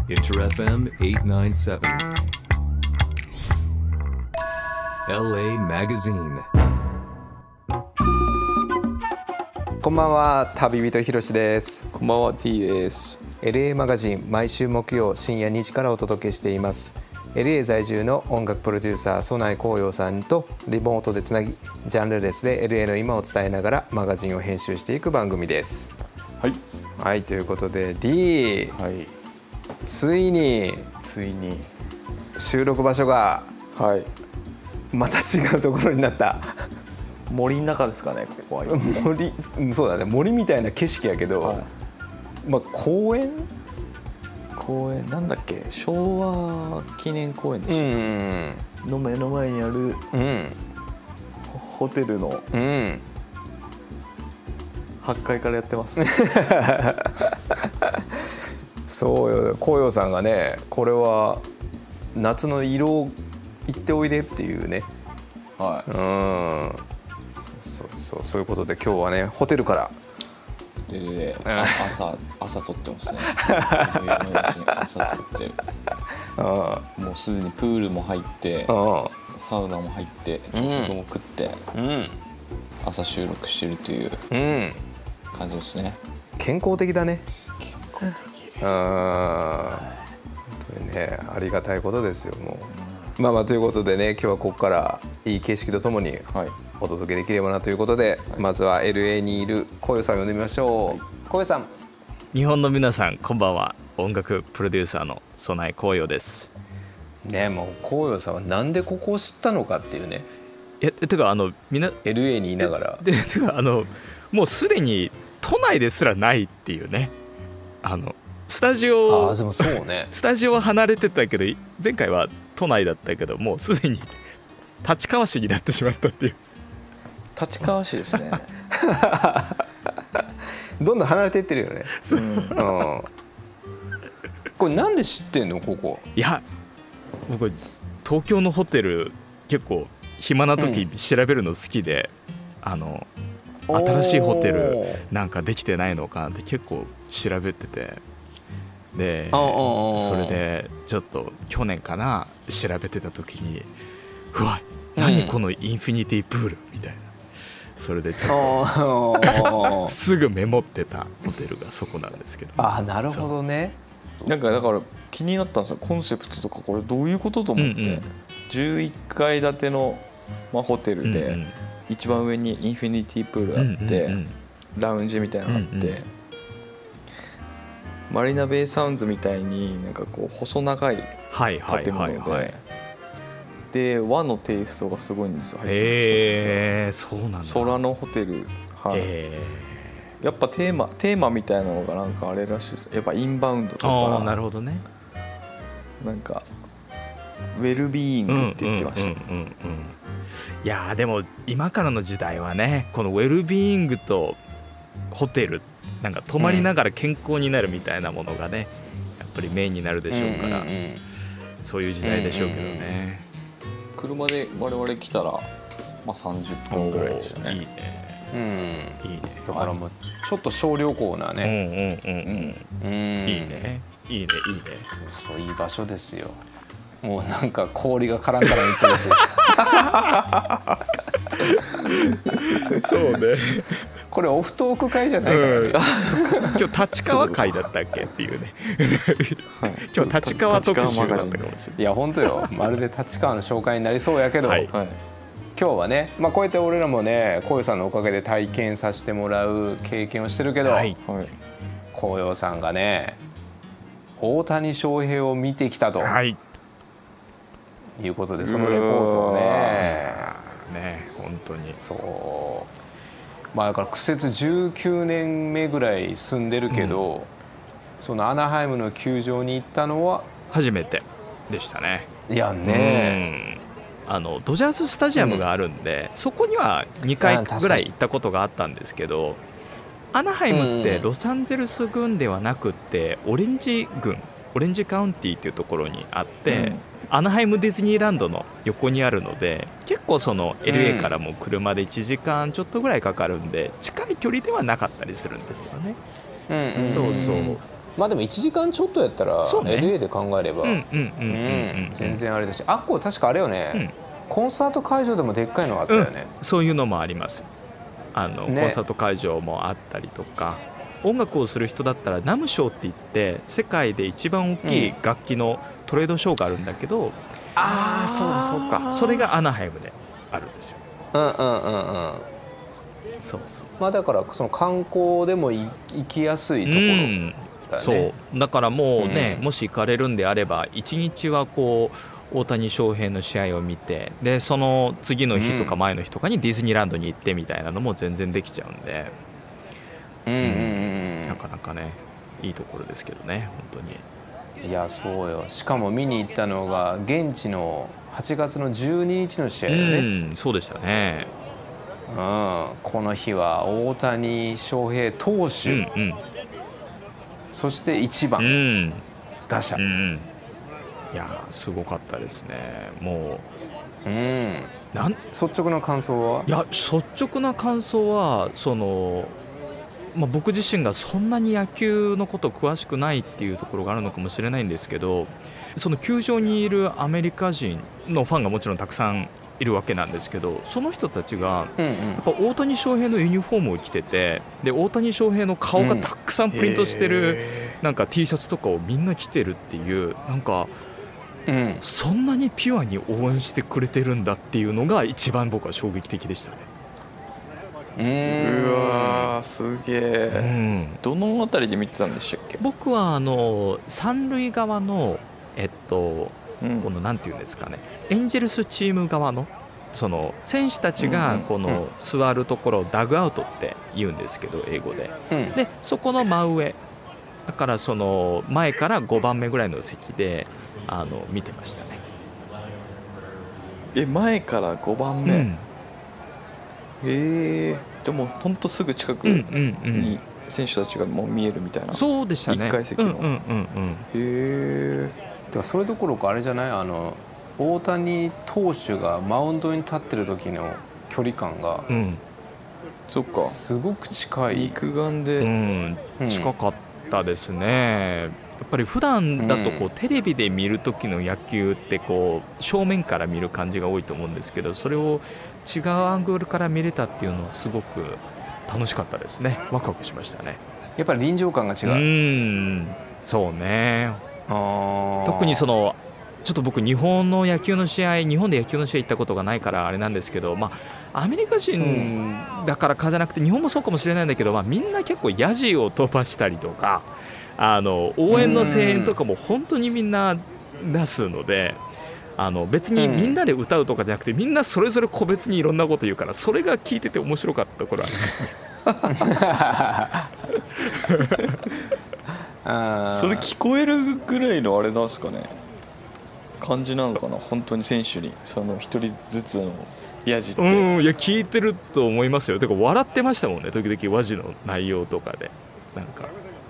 Inter FM 897 LA Magazine。 こんばんは、旅人ひろしです。 こんばんは、T です。 LA マガジン毎週木曜深夜2時からお届けしています。 LA 在住の音楽プロデューサー曽内光陽さんとリモートでつなぎ、ジャンルレスで LA の今を伝えながらマガジンを編集していく番組です。 はい、 はい、ということで D、 はい、 ついに収録場所がはい、 また違うところになった。 森の中ですかね、ここは。 森、そうだね、森みたいな景色やけど、 はい、 まあ公園なんだっけ、昭和記念公園でしたっけ、の目の前にある、ホテルの8階からやってます。 そうよ、紅葉さんがね、これは夏の色行っておいでっていうね、 はい、 そういうことで今日はね、ホテルからホテルで朝撮ってますね。朝撮って、もうすでにプールも入って、サウナも入って、朝食も食って、朝収録してるという感じですね。 健康的だね。 健康的。 本当にね、ありがたいことですよ。もう、まあということでね、今日はここからいい景色とともにお届けできればなということで、まずは LA にいる紅葉さんを呼んでみましょう。紅葉さん。 日本の皆さん、こんばんは。音楽プロデューサーの曽内光陽ですね。もう紅葉さんはなんでここを知ったのかっていうね。 てかみんな LA にいながらてかもうすでに都内ですらないっていうね。スタジオでもそうねスタジオは離れてたけど、前回は都内だったけど、もうすでに立川市になってしまったっていう。 立川市ですね。 どんどん離れていってるよね。これなんで知ってんの、ここ。 いや、僕東京のホテル結構暇な時調べるの好きで、新しいホテルなんかできてないのかって結構調べてて、でそれでちょっと去年かな、調べてた時に、うわ、何このインフィニティプールみたいな、それでちょっとすぐメモってたホテルがそこなんですけど。 なるほどね。 だから気になったんですよ、コンセプトとか。これどういうことと思って、11階建ての、ホテルで、一番上にインフィニティプールがあって、ラウンジみたいなのがあって、マリナベイサウンズみたいになんかこう細長い建物で、で和のテイストがすごいんですよ。 そうなんだ。 空のホテル、やっぱテーマみたいなのがなんかあれらしいです。やっぱインバウンドとか。 なるほどね。 なんかウェルビーイングって言ってました。 いやでも今からの時代はね、このウェルビーイングとホテル、なんか泊まりながら健康になるみたいなものがね、やっぱりメインになるでしょうから、そういう時代でしょうけどね。 車で我々来たら、30分ぐらいでしたね。 いいね。いいね。 だからもうちょっと小旅行なね。 いいね。 そういい場所ですよ。もうなんか氷がカランカランいってるし。 そうね。 これオフトーク会じゃないからね。 今日立川会だったっけっていうね。今日立川特集だったかもしれない。 いや本当よ、まるで立川の紹介になりそうやけど、今日はね、こうやって俺らもね、紅葉さんのおかげで体験させてもらう経験をしてるけど、紅葉さんがね、大谷翔平を見てきたと、いうことで、そのレポートをね、 本当にそう、だから苦節19年目ぐらい住んでるけど、そのアナハイムの球場に行ったのは初めてでしたね。 いやね、 ドジャーススタジアムがあるんで、そこには2回ぐらい行ったことがあったんですけど、アナハイムってロサンゼルス郡ではなくってオレンジカウンティっていうところにあって、アナハイムディズニーランドの横にあるので、結構その LA からも車で1時間ちょっとぐらいかかるんで、近い距離ではなかったりするんですよね。そうそう。 まあでも1時間ちょっとやったら、 そうね LA で考えれば全然あれだし、あっこ確かあれよね、コンサート会場でもでっかいのがあったよね、 そういうのもあります。 ね、 コンサート会場もあったりとか、音楽をする人だったらナムショーって言って世界で一番大きい楽器のトレードショーがあるんだけど、 ああそうだそうか、 それがアナハイムであるんですよ。そうまあだからその観光でも行きやすいところだよね、 そうだからもうね、もし行かれるんであれば1日はこう大谷翔平の試合を見て、でその次の日とか前の日とかにディズニーランドに行ってみたいなのも全然できちゃうんで、なかなかねいいところですけどね本当に。 いやそうよ、しかも見に行ったのが現地の8月の12日の試合よね、 そうでしたね。 この日は大谷翔平投手、そして1番、打者、 いやすごかったですね。もう、 率直な感想は？ いや率直な感想は僕自身がそんなに野球のこと詳しくないっていうところがあるのかもしれないんですけど、その球場にいるアメリカ人のファンがもちろんたくさんいるわけなんですけど、その人たちがやっぱ大谷翔平のユニフォームを着てて、で大谷翔平の顔がたくさんプリントしてるなんか T シャツとかをみんな着てるっていう、なんかそんなにピュアに応援してくれてるんだっていうのが一番僕は衝撃的でしたね。 うわーすげえ、どのあたりで見てたんでしたっけ？ 僕は三塁側のこのなんていうんですかね、エンジェルスチーム側のその選手たちがこの座るところをダグアウトって言うんですけど英語で、でそこの真上だからその前から5番目ぐらいの席で見てましたね。 前から5番目、でも本当すぐ近くに選手たちがもう見えるみたいな。 そうでしたね、 1階席の。 それどころかあれじゃない、大谷投手がマウンドに立ってる時の距離感が、 そっかすごく近い、 肉眼で、 近かったですね。やっぱり普段だとこうテレビで見る時の野球ってこう正面から見る感じが多いと思うんですけど、それを違うアングルから見れたっていうのはすごく楽しかったですね。ワクワクしましたね。 やっぱり臨場感が違う。 そうね。特にそのちょっと僕日本で野球の試合行ったことがないからあれなんですけど、アメリカ人だからかじゃなくて日本もそうかもしれないんだけど、みんな結構ヤジを飛ばしたりとか応援の声援とかも本当にみんな出すので、別にみんなで歌うとかじゃなくてみんなそれぞれ個別にいろんなこと言うから、それが聞いてて面白かったところありますね。 それ聞こえるぐらいのあれなんですかね、感じなのかな本当に選手にその一人ずつのヤジって。 いや聞いてると思いますよ。てか笑ってましたもんね、時々ヤジの内容とかでなんか。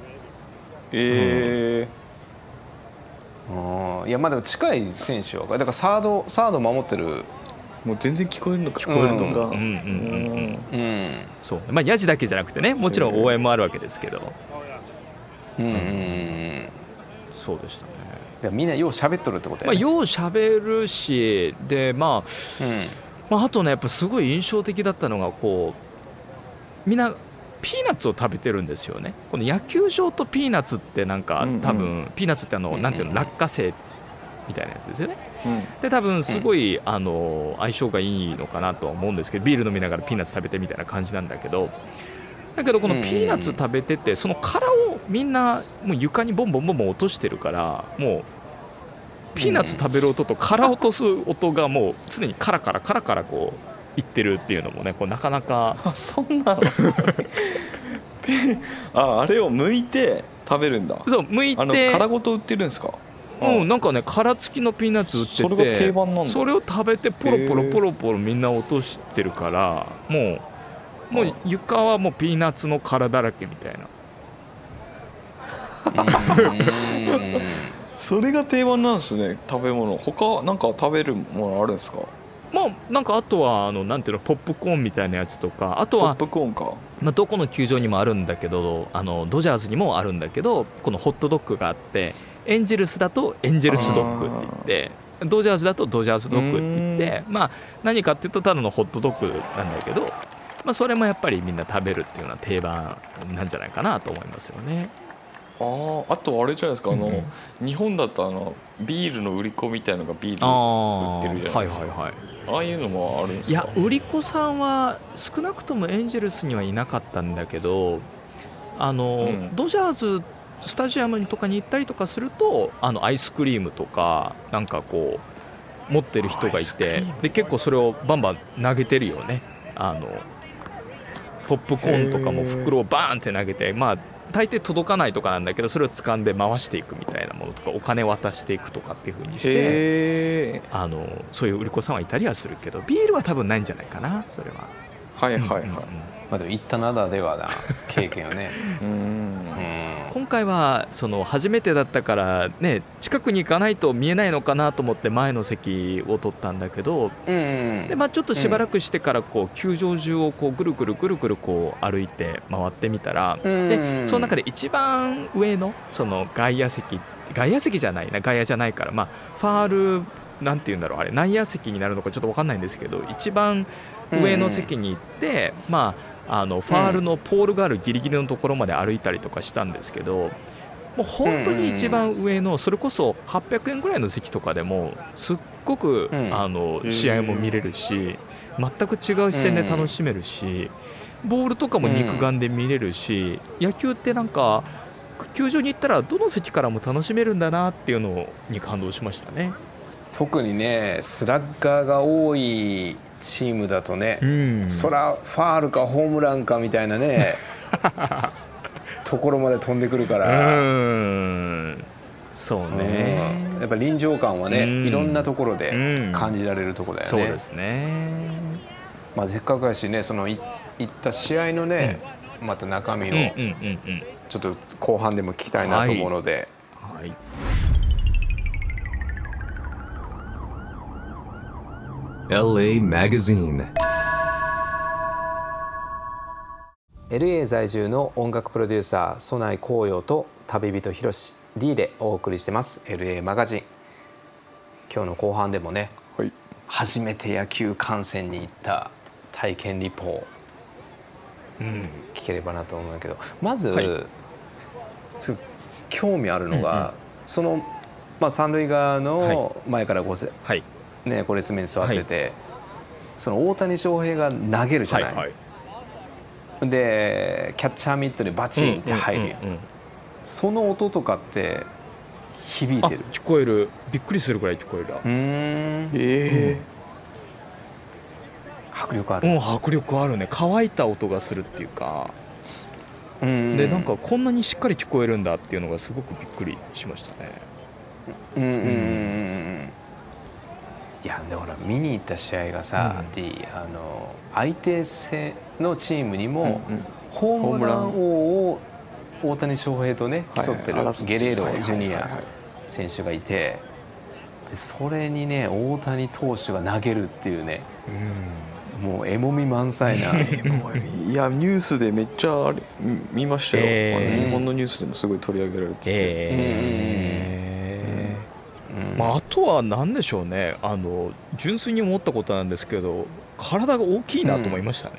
いやでも近い選手はだからサード守ってる、 もう全然聞こえるのか、 そう、ヤジだけじゃなくてね、もちろん応援もあるわけですけど、そうでしたね。 みんなよう喋っとるってことやね。 よう喋るし、であとねやっぱすごい印象的だったのがこうみんなピーナッツを食べてるんですよね。この野球場とピーナッツってなんか多分ピーナッツってなんていうの、落花生みたいなやつですよね。で多分すごい相性がいいのかなとは思うんですけど、ビール飲みながらピーナッツ食べてみたいな感じなんだけど、このピーナッツ食べててその殻をみんなもう床にボンボンボンボン落としてるから、もうピーナッツ食べる音と殻落とす音がもう常にカラカラカラカラこういってるっていうのもね、こうなかなか。 そんなのあれを剥いて食べるんだ。 そう剥いて殻ごと売ってるんですか？ なんかね殻付きのピーナッツ売ってて、 それが定番なんだ。 それを食べてポロポロポロポロみんな落としてるから、もう床はもうピーナッツの殻だらけみたいな。 それが定番なんですね。食べ物他なんか食べるものあるんですか？ なんかあとはなんていうの、ポップコーンみたいなやつとか、あとはポップコーンか、 どこの球場にもあるんだけど、ドジャースにもあるんだけど、このホットドッグがあって、エンジェルスだとエンジェルスドッグって言って、ドジャースだとドジャースドッグって言って、何かっていうとただのホットドッグなんだけど、それもやっぱりみんな食べるっていうのは定番なんじゃないかなと思いますよね。 あとあれじゃないですか、日本だとビールの売り子みたいなのがビール売ってるじゃないですか。ああいうのもあるんですか？ いや、売り子さんは少なくともエンジェルスにはいなかったんだけど、ドジャーススタジアムとかに行ったりとかすると、アイスクリームとかなんかこう持ってる人がいて、で結構それをバンバン投げてるよね。ポップコーンとかも袋をバーンって投げて、大抵届かないとかなんだけど、それを掴んで回していくみたいなものとか、お金渡していくとかっていう風にして、そういう売り子さんはいたりはするけど、ビールは多分ないんじゃないかな、それは。 はいはいはい。 でも行ったならではな経験をね今回は初めてだったからね、近くに行かないと見えないのかなと思って前の席を取ったんだけど、でちょっとしばらくしてから球場中をぐるぐるぐるぐる歩いて回ってみたら、でその中で一番上の外野席じゃないな、外野じゃないから、ファールなんていうんだろう、あれ内野席になるのかちょっと分かんないんですけど、一番上の席に行って、ファールのポールがあるギリギリのところまで歩いたりとかしたんですけど、もう本当に一番上のそれこそ800円ぐらいの席とかでもすっごく試合も見れるし、全く違う視線で楽しめるし、ボールとかも肉眼で見れるし、野球ってなんか球場に行ったらどの席からも楽しめるんだなっていうのに感動しましたね。 特にね、スラッガーが多いチームだとね、そらファールかホームランかみたいなねところまで飛んでくるから、 そうね、 やっぱ臨場感はね、いろんなところで感じられるところだよね。 そうですね。 せっかくやしね、行った試合のね、また中身をちょっと後半でも聞きたいなと思うので、 LA Magazine。 LA 在住の音楽プロデューサー曽内光陽と旅人ひろし D でお送りしてます LA マガジン。今日の後半でもね、初めて野球観戦に行った体験リポ聞ければなと思うんだけど、まず、興味あるのが、三塁側の前から5列目に座ってて、大谷翔平が投げるじゃない、でキャッチャーミットでバチンって入るやん、その音とかって響いてる？ 聞こえる。びっくりするぐらい聞こえる。 迫力ある。 迫力あるね。乾いた音がするっていうか、でなんかこんなにしっかり聞こえるんだっていうのがすごくびっくりしましたね。 いやでほら見に行った試合がさ、相手のチームにもホームラン王を大谷翔平とね競ってるゲレーロジュニア選手がいて、でそれにね大谷投手が投げるっていうね、もうエモみ満載な。いやニュースでめっちゃ見ましたよ。日本のニュースでもすごい取り上げられてて。 あとは何でしょうね、純粋に思ったことなんですけど、体が大きいなと思いましたね。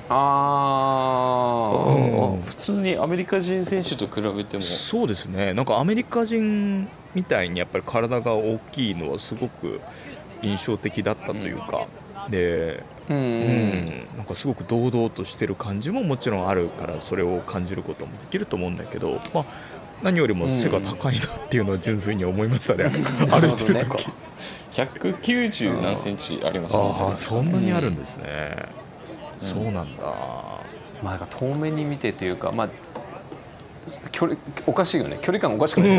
普通にアメリカ人選手と比べてもそうですね。なんかアメリカ人みたいにやっぱり体が大きいのはすごく印象的だったというか、でなんかすごく堂々としてる感じももちろんあるから、それを感じることもできると思うんだけど、何よりも背が高いなっていうのは純粋に思いましたね。歩いてる時 190何センチありますね。 そんなにあるんですね。そうなんだ。 なんか遠目に見てというか、距離おかしいよね。距離感おかしくない。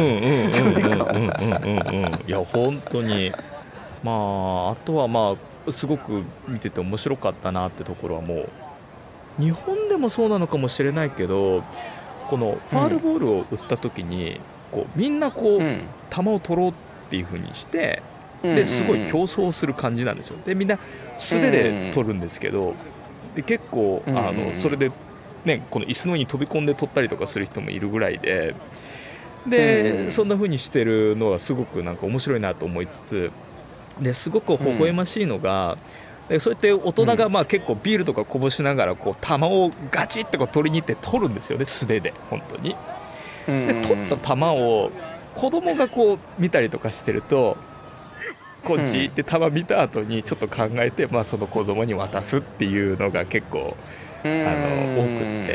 いや本当に、あとはすごく見てて面白かったなってところは、もう日本でもそうなのかもしれないけど、このファールボールを打った時にみんな球を取ろうっていう風にして、 ですごい競争する感じなんですよ。でみんな素手で取るんですけど、で結構それで、ね、この椅子の上に飛び込んで取ったりとかする人もいるぐらいで、そんな風にしてるのはすごくなんか面白いなと思いつつ、ですごく微笑ましいのが、そうやって大人がまあ結構ビールとかこぼしながらこう球をガチッとこう取りに行って取るんですよね、素手で本当に。で取った球を子供がこう見たりとかしてると、こうじーって球見た後にちょっと考えて、まあその子供に渡すっていうのが結構多くって、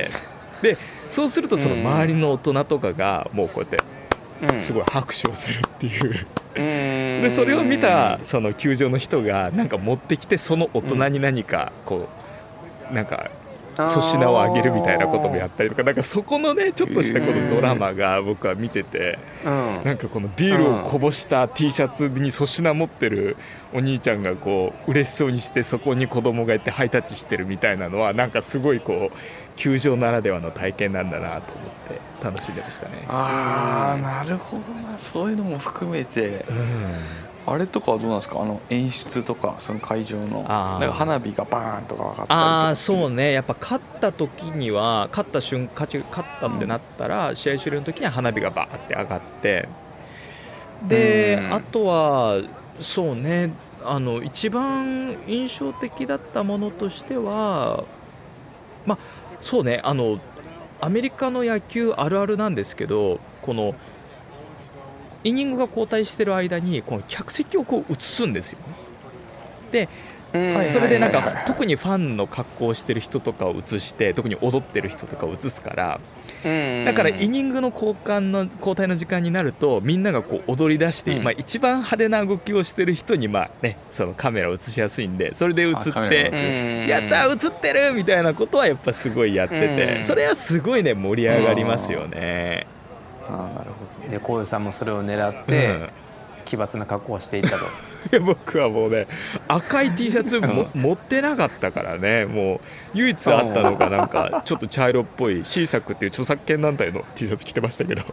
でそうするとその周りの大人とかがもうこうやってすごい拍手をするっていうでそれを見たその球場の人がなんか持ってきて、その大人に何かこうなんか粗品をあげるみたいなこともやったりとか、なんかそこのねちょっとしたこのドラマが僕は見てて、なんかこのビールをこぼした T シャツに粗品持ってるお兄ちゃんがこう嬉しそうにして、そこに子供がいてハイタッチしてるみたいなのは、なんかすごいこう球場ならではの体験なんだなと思って楽しんでましたね。 なるほどな、そういうのも含めて、あれとかはどうなんですか、演出とかその会場のなんか花火がバーンとか上がったりとか。 そうね、やっぱ勝った時には勝ったってなったら、試合終了の時には花火がバーって上がって、であとはそうね、一番印象的だったものとしては、まあそうね、アメリカの野球あるあるなんですけど、このイニングが交代してる間にこの客席をこう移すんですよね。でそれでなんか特にファンの格好をしてる人とかを移して、特に踊ってる人とかを移すから、だからイニングの交代の時間になると、みんながこう踊り出して、一番派手な動きをしてる人にそのカメラを映しやすいんで、それで映ってやったー映ってるみたいなことはやっぱすごいやってて、それはすごいね盛り上がりますよね。 なるほど。 でこういうさんもそれを狙って奇抜な格好をしていったと。 僕はもうね赤い T シャツ持ってなかったからね、もう唯一あったのがなんかちょっと茶色っぽい C 作っていう著作権団体の T シャツ着てましたけど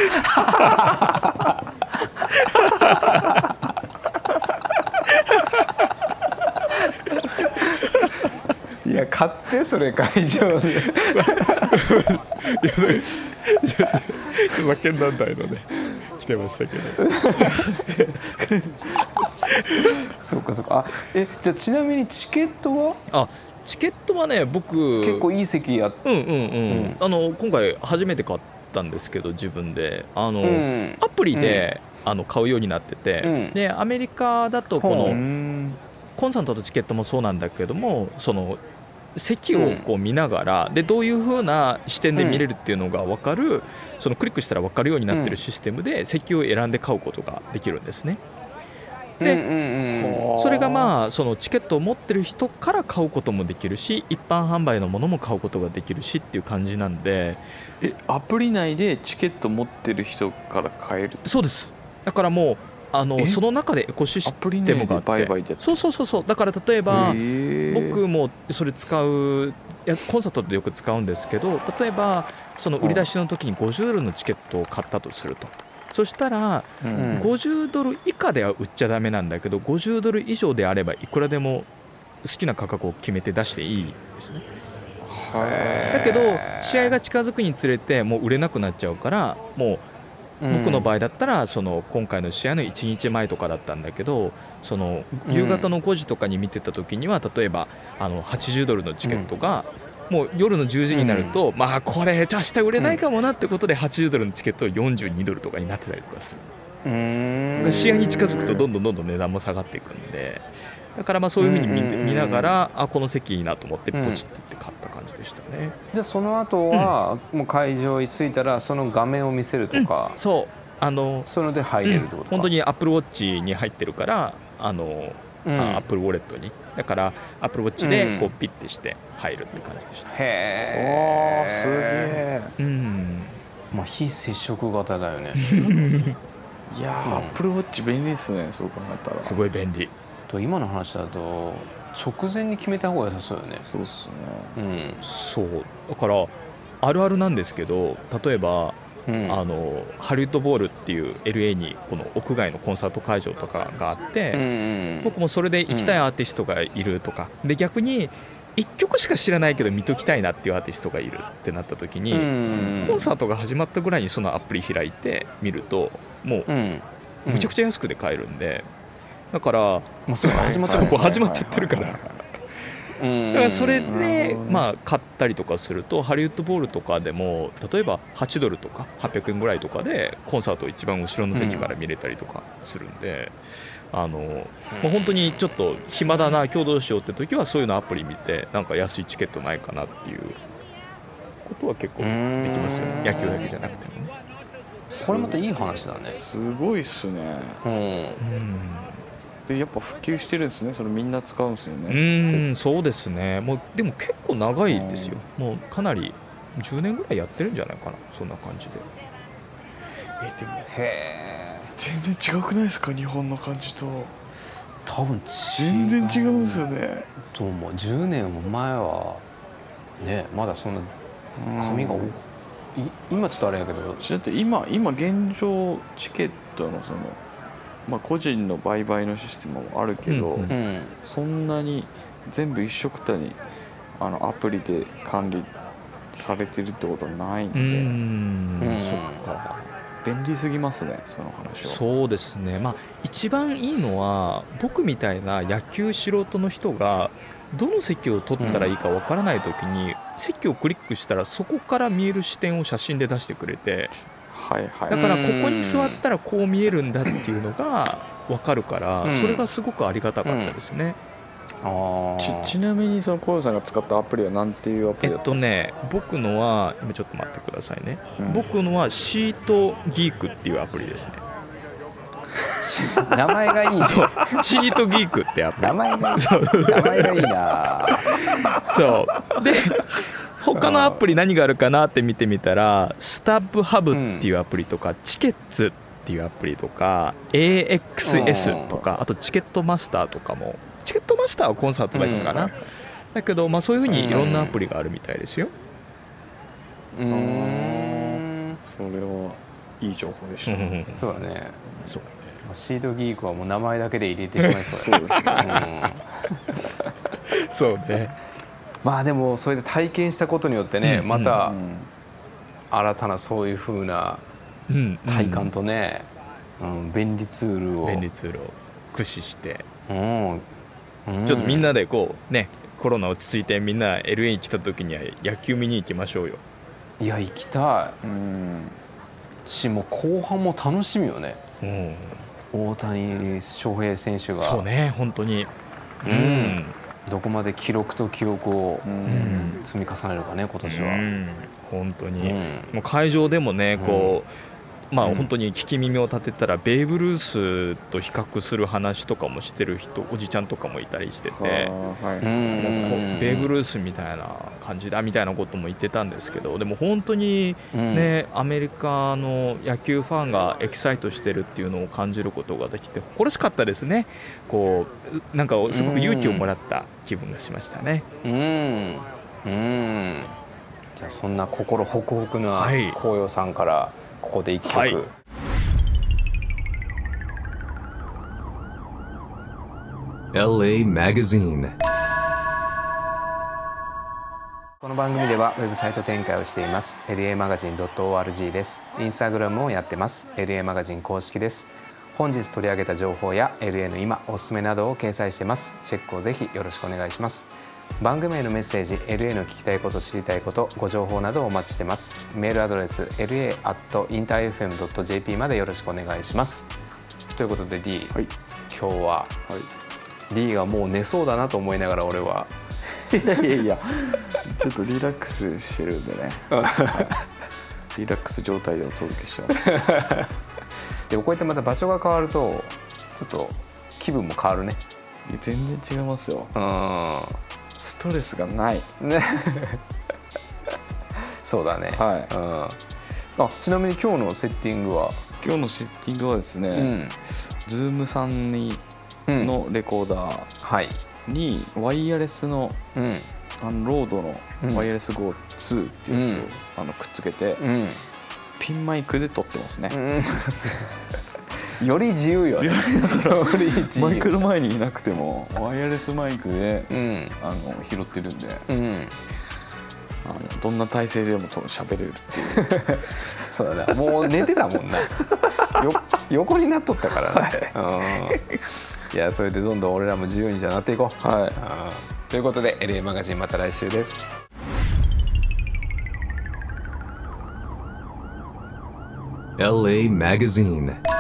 いや買ってそれ会場で著作権団体のね着てましたけどそうかそうか。じゃあちなみにチケットは？ チケットはね、僕結構いい席やっ今回初めて買ったんですけど、自分でアプリで買うようになってて、でアメリカだとこのコンサートのチケットもそうなんだけども、その席をこう見ながら、でどういう風な視点で見れるっていうのが分かる、そのクリックしたら分かるようになってるシステムで席を選んで買うことができるんですね。でそれがそのチケットを持ってる人から買うこともできるし、一般販売のものも買うことができるしっていう感じなんで。 アプリ内でチケット持ってる人から買える？ そうです。だからもうその中でエコシステムがあって、そうだから例えば僕もそれ使うコンサートでよく使うんですけど、例えばその売り出しの時に$50のチケットを買ったとすると、そしたら$50以下では売っちゃダメなんだけど、$50以上であればいくらでも好きな価格を決めて出していいですね。だけど試合が近づくにつれてもう売れなくなっちゃうから、もう僕の場合だったらその今回の試合の1日前とかだったんだけど、その夕方の5時とかに見てた時には、例えば$80のチケットがもう夜の10時になると、これじゃあ明日売れないかもなってことで$80のチケット$42とかになってたりとかする。試合に近づくとどんどん値段も下がっていくんで、だからそういう風に見ながら、この席いいなと思ってポチっていって買った感じでしたね。 じゃあその後はもう会場に着いたらその画面を見せるとか、 そうそれで入れるってことか。 本当に Apple Watch に入ってるから、Apple Wallet に、だから Apple Watch でこうピッてして入るって感じでした。 へー、すげえ。非接触型だよね。 いやApple Watch 便利ですね、そう考えたら。 すごい便利。 今の話だと直前に決めた方が良さそうよね。 そうですね。 そうだからあるあるなんですけど、例えばハリウッドボールっていう LA にこの屋外のコンサート会場とかがあって、僕もそれで行きたいアーティストがいるとかで、逆に1曲しか知らないけど見ときたいなっていうアーティストがいるってなった時に、コンサートが始まったぐらいにそのアプリ開いて見るともうむちゃくちゃ安くで買えるんで、だからもうすぐ始まっちゃってるから、だからそれでまあ買ったりとかすると、ハリウッドボールとかでも例えば$8とか800円ぐらいとかでコンサート一番後ろの席から見れたりとかするんで、もう本当にちょっと暇だな今日どうしようって時はそういうのアプリ見てなんか安いチケットないかなっていうことは結構できますよね、野球だけじゃなくてもね。 これまたいい話だね。 すごいっすね。でやっぱ普及してるんですね。それみんな使うんですよね。 そうですね。もうでも結構長いですよ。もうかなり10年ぐらいやってるんじゃないかな、そんな感じで。 でも全然違くないですか、日本の感じと。 多分全然違うんですよね。 と思う。10年前はねまだそんな紙が今ちょっとあれやけど、 だって今現状チケットのその個人の売買のシステムもあるけど、そんなに全部一緒くたにアプリで管理されてるってことはないんで、 そっか、 便利すぎますね、その話は。 そうですね。一番いいのは僕みたいな野球素人の人がどの席を取ったらいいかわからない時に、席をクリックしたらそこから見える視点を写真で出してくれて、だからここに座ったらこう見えるんだっていうのが分かるから、それがすごくありがたかったですね。 ちなみにその小夜さんが使ったアプリは何ていうアプリだったんですか？ 僕のは今ちょっと待ってくださいね、僕のはシートギークっていうアプリですね。 名前がいいね。 そう、シートギークってアプリ。 名前がいいな。 そうで他のアプリ何があるかなって見てみたら、スタブハブっていうアプリとか、チケッツっていうアプリとか AXS とか、あとチケットマスターとかも。チケットマスターはコンサートだけかな、だけどそういう風にいろんなアプリがあるみたいですよ。 それはいい情報でした。 そうだね。 そう、 シードギークはもう名前だけで入れてしまいそうですね。 そうね。 でもそれで体験したことによってね、また新たなそういう風な体感とね、便利ツールを駆使して、ちょっとみんなでこうね、コロナ落ち着いてみんな LA に来た時には野球見に行きましょうよ。 いや行きたいし、もう後半も楽しみよね。大谷翔平選手がそうね、本当にどこまで記録と記憶を積み重ねるかね、今年は。 本当にもう会場でもね、こう本当に聞き耳を立てたらベーブ・ルースと比較する話とかもしてる人、おじちゃんとかもいたりしてて、ベーブ・ルースみたいな感じだみたいなことも言ってたんですけど、でも本当にね、アメリカの野球ファンがエキサイトしてるっていうのを感じることができて誇らしかったですね。こうなんかすごく勇気をもらった気分がしましたね。 じゃあそんな心ホクホクな紅葉さんからここで1曲、 LA Magazine。 この番組ではウェブサイト展開をしています。 LA マガジン .org です。インスタグラムもやってます。 LA マガジン公式です。本日取り上げた情報や LA の今おすすめなどを掲載しています。チェックをぜひよろしくお願いします。番組へのメッセージ、 LA の聞きたいこと、知りたいこと、ご情報などをお待ちしてます。メールアドレス la@interfm.jp までよろしくお願いします。ということで D、今日は、D がもう寝そうだなと思いながら俺はいやちょっとリラックスしてるんでねリラックス状態でお届けしてますでもこうやってまた場所が変わるとちょっと気分も変わるね。 全然違いますよ。ストレスがないねそうだね。ちなみに今日のセッティングはですね、Zoom さんのレコーダーにワイヤレスのロードのワイヤレス GO2 っていうやつをくっつけて、ピピンマイクで撮ってますね、 より自由よね。 マイクの前にいなくてもワイヤレスマイクで、拾ってるんで、どんな体勢でも喋れるっていう。 そうだね、もう寝てたもんな。横になっとったからね。いや、それでどんどん俺らも自由にじゃなっていこう。はい。ということで LA マガジンまた来週です。 LA Magazine.